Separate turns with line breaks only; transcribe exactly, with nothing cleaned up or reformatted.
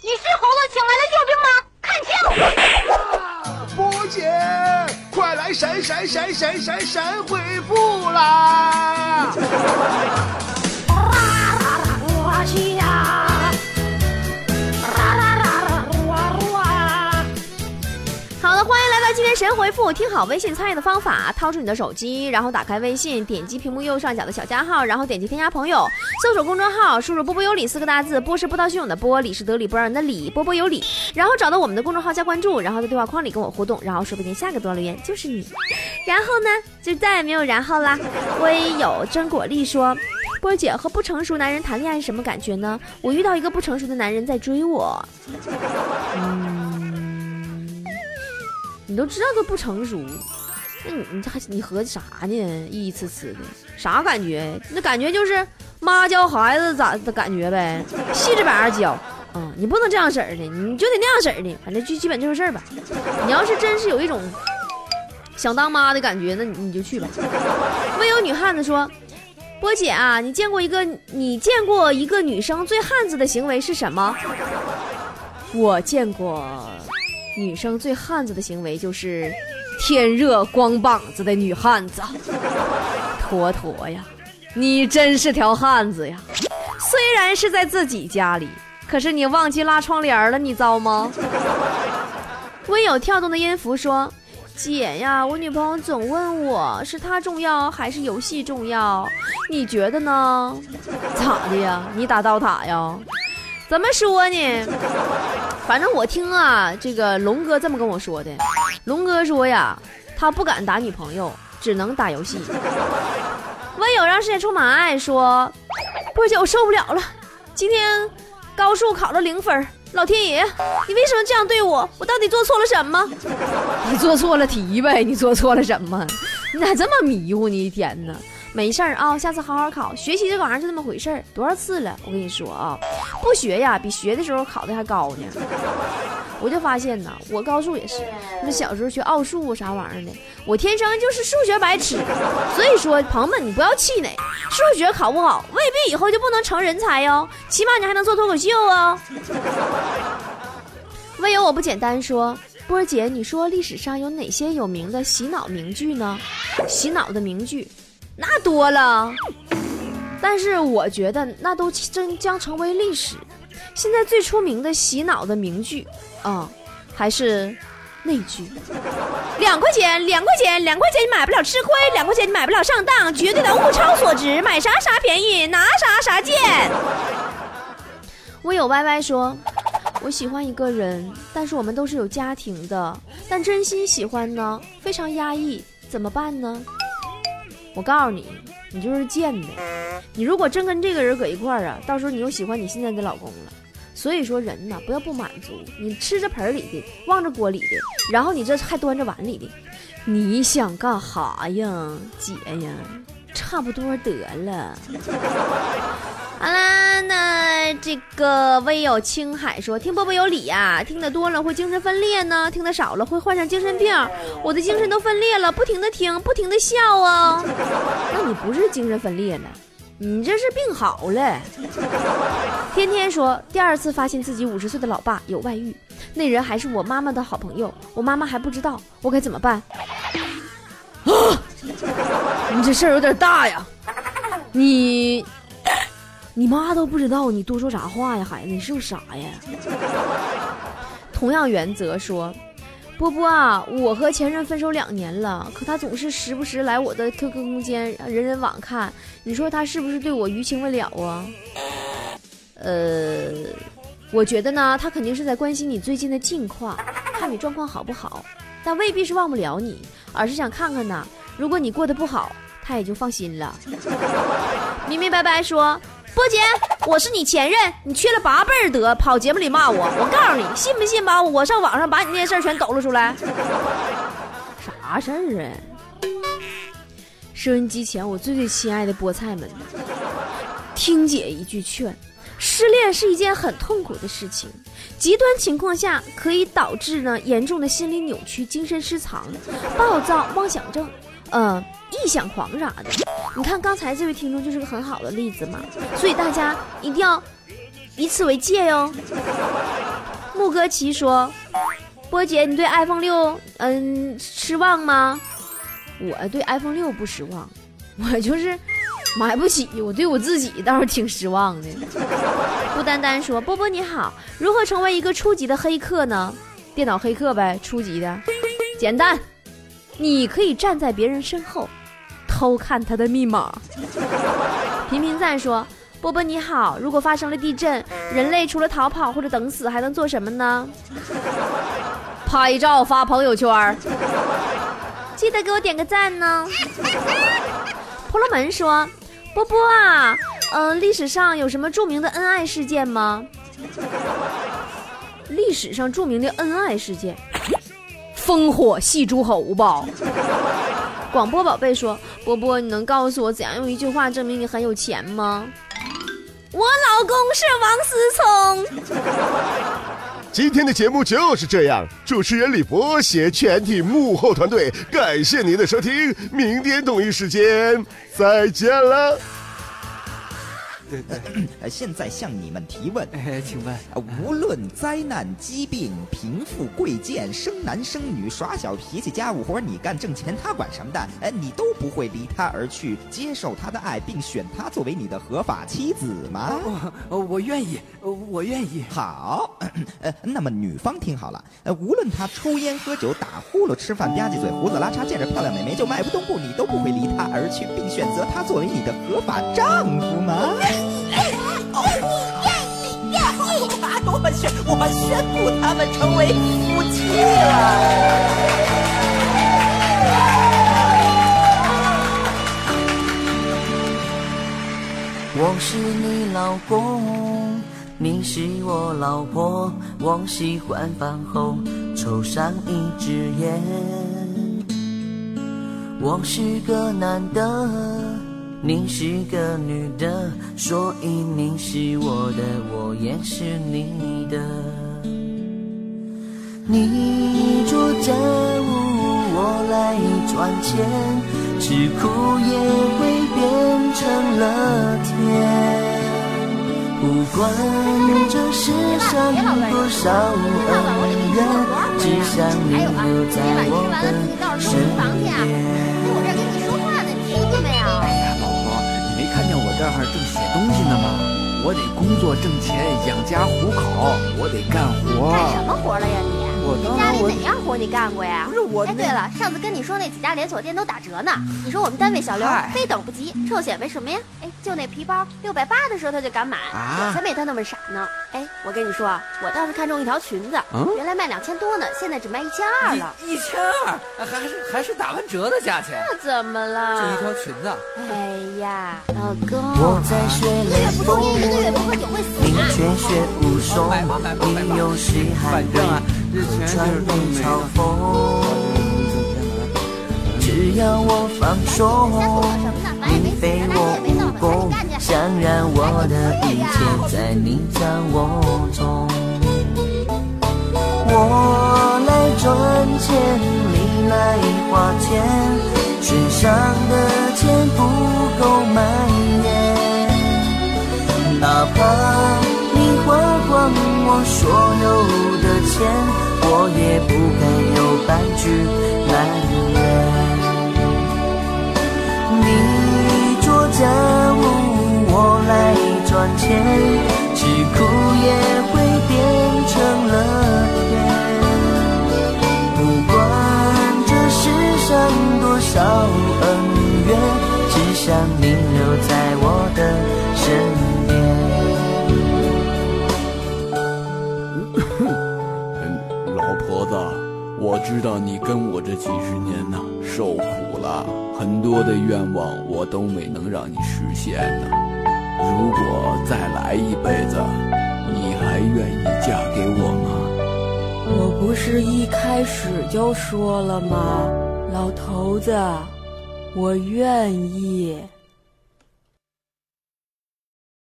你是猴子请来的救兵吗？看清！
波姐，快来神神神神神神回复啦！
我去呀！
好的，欢迎来到今天神回复。听好微信参与的方法，掏出你的手机，然后打开微信，点击屏幕右上角的小加号，然后点击添加朋友，搜索公众号，输入波波有理四个大字，波是波涛汹涌的波，理是得理不让人的理，波波有理，然后找到我们的公众号加关注，然后在对话框里跟我互动，然后说不定下个多留言就是你。然后呢，就再也没有然后啦。微有真果粒说，波姐和不成熟男人谈恋爱是什么感觉呢？我遇到一个不成熟的男人在追我。嗯。你都知道他不成熟，那你你还你合计啥呢？一一次次的，啥感觉？那感觉就是妈教孩子咋的感觉呗，细着白教。嗯，你不能这样式儿的，你就得那样式儿的，反正就基本就是事儿吧。你要是真是有一种想当妈的感觉，那你你就去吧。微有女汉子说，波姐啊，你见过一个你见过一个女生最汉子的行为是什么？我见过。女生最汉子的行为就是天热光膀子的女汉子。坨坨呀，你真是条汉子呀！虽然是在自己家里，可是你忘记拉窗帘了，你糟吗？微有跳动的音符说，姐呀，我女朋友总问我是她重要还是游戏重要，你觉得呢？咋的呀？你打刀塔呀？怎么说呢？反正我听啊，这个龙哥这么跟我说的。龙哥说呀，他不敢打女朋友，只能打游戏。微友让世界充满爱说，波姐我受不了了，今天高数考了零分，老天爷，你为什么这样对我？我到底做错了什么？你做错了题呗，你做错了什么？你咋这么迷糊呢？一天呢？没事儿啊，下次好好考，学习这玩意儿就那么回事儿。多少次了，我跟你说啊，不学呀，比学的时候考的还高呢。我就发现呢，我高数也是，那小时候学奥数啥玩意儿的，我天生就是数学白痴。所以说，朋友们，你不要气馁，数学考不好，未必以后就不能成人才哟，起码你还能做脱口秀啊。唯有我不简单说，波姐，你说历史上有哪些有名的洗脑名句呢？洗脑的名句。那多了，但是我觉得那都真将成为历史。现在最出名的洗脑的名句啊、嗯，还是那句两块钱两块钱两块钱你买不了吃亏，两块钱你买不了上当，绝对的物超所值，买啥啥便宜，拿啥啥贱。我有歪歪说，我喜欢一个人，但是我们都是有家庭的，但真心喜欢呢非常压抑，怎么办呢？我告诉你，你就是贱的。你如果真跟这个人搁一块儿啊，到时候你又喜欢你现在的老公了。所以说人呢，不要不满足，你吃着盆里的，望着锅里的，然后你这还端着碗里的，你想干哈呀，姐呀？差不多得了。好啦，那这个微有青海说，听波波有理啊，听得多了会精神分裂呢，听得少了会患上精神病，我的精神都分裂了，不停的听，不停的笑啊。那你不是精神分裂了，你这是病好了。天天说，第二次发现自己五十岁的老爸有外遇，那人还是我妈妈的好朋友，我妈妈还不知道，我该怎么办？啊，你这事儿有点大呀，你。你妈都不知道，你多说啥话呀，孩子，你是不是傻呀？同样原则说，波波啊，我和前任分手两年了，可他总是时不时来我的 Q Q 空间人人网看，你说他是不是对我余情未了啊？呃，我觉得呢，他肯定是在关心你最近的近况，看你状况好不好，但未必是忘不了你，而是想看看呢，如果你过得不好，他也就放心了。明明白白说，波姐，我是你前任，你缺了八辈儿德，跑节目里骂我，我告诉你，信不信吧？我上网上把你那些事儿全抖了出来。啥事儿啊？收音机前我最最亲爱的菠菜们，听姐一句劝，失恋是一件很痛苦的事情，极端情况下可以导致呢严重的心理扭曲、精神失常、暴躁、妄想症。呃，臆想狂啥的，你看刚才这位听众就是个很好的例子嘛，所以大家一定要以此为戒哟。 木哥奇说：“波姐，你对 iPhone 六嗯失望吗？”我对 iPhone 六不失望，我就是买不起，我对我自己倒是挺失望的。不丹丹说：“波波你好，如何成为一个初级的黑客呢？电脑黑客呗，初级的，简单，你可以站在别人身后，偷看他的密码。”频频赞说：“波波你好，如果发生了地震，人类除了逃跑或者等死，还能做什么呢？拍照发朋友圈，记得给我点个赞呢。”婆罗门说：“波波啊，呃，历史上有什么著名的恩爱事件吗？”历史上著名的恩爱事件，烽火戏诸侯吧。广播宝贝说：“波波，你能告诉我怎样用一句话证明你很有钱吗？”我老公是王思聪。
今天的节目就是这样，主持人李博携全体幕后团队，感谢您的收听，明天同一时间再见了。
呃，现在向你们提问，
哎，请问，
无论灾难、疾病、贫富贵贱、生男生女、耍小脾气、家务活你干，挣钱他管什么的，呃，你都不会离他而去，接受他的爱，并选他作为你的合法妻子吗？
我我愿意，我愿意。
好，呃，那么女方听好了，呃，无论他抽烟、喝酒、打呼噜、吃饭、吧唧嘴、胡子拉碴，见着漂亮美眉就迈不动步，你都不会离他而去，并选择他作为你的合法丈夫吗？
哦，你愿意，愿意！
我宣，我宣布他们成为夫妻了。
我是你老公，你是我老婆，我喜欢饭后抽上一支烟。我是个男的，你是个女的，所以你是我的，我也是你的。你做家务，我来赚钱，吃苦也会变成了甜。不管这世上多少恩怨，只想你留在我的身边。
看见我这儿正写东西呢吗？我得工作挣钱养家糊口，我得干活。
干什么活了呀你？
我
你家里哪样活你干过呀？
不是我。
哎，对了，上次跟你说那几家连锁店都打折呢。你说我们单位小刘非等不及，臭显摆什么呀？哎，就那皮包六百八的时候他就敢买，啊、我才没他那么傻呢。哎，我跟你说，我倒是看中一条裙子，嗯、原来卖两千多呢，现在只卖一千二了。
一千二，还是还是打完折的价钱？
那怎么了？
就一条裙子。
哎呀，老公，
我在学雷锋，
一个月不喝酒会死
你却学武松，你有时还会穿被嘲讽。只要我放松，你非我不公，想让我的一切在你掌握中。我来赚钱，你来花钱，身上的钱不够买烟，哪怕你花光我所有的钱，我也不该有半句埋怨。你做家务，我来赚钱，吃苦也会变成了甜。不管这世上多少恩怨，只想你留在我的身
边。老婆子，我知道你跟我这几十年呢、啊、受苦了，很多的愿望我都没能让你实现呢。如果再来一辈子，你还愿意嫁给我吗？
我不是一开始就说了吗，老头子，我愿意。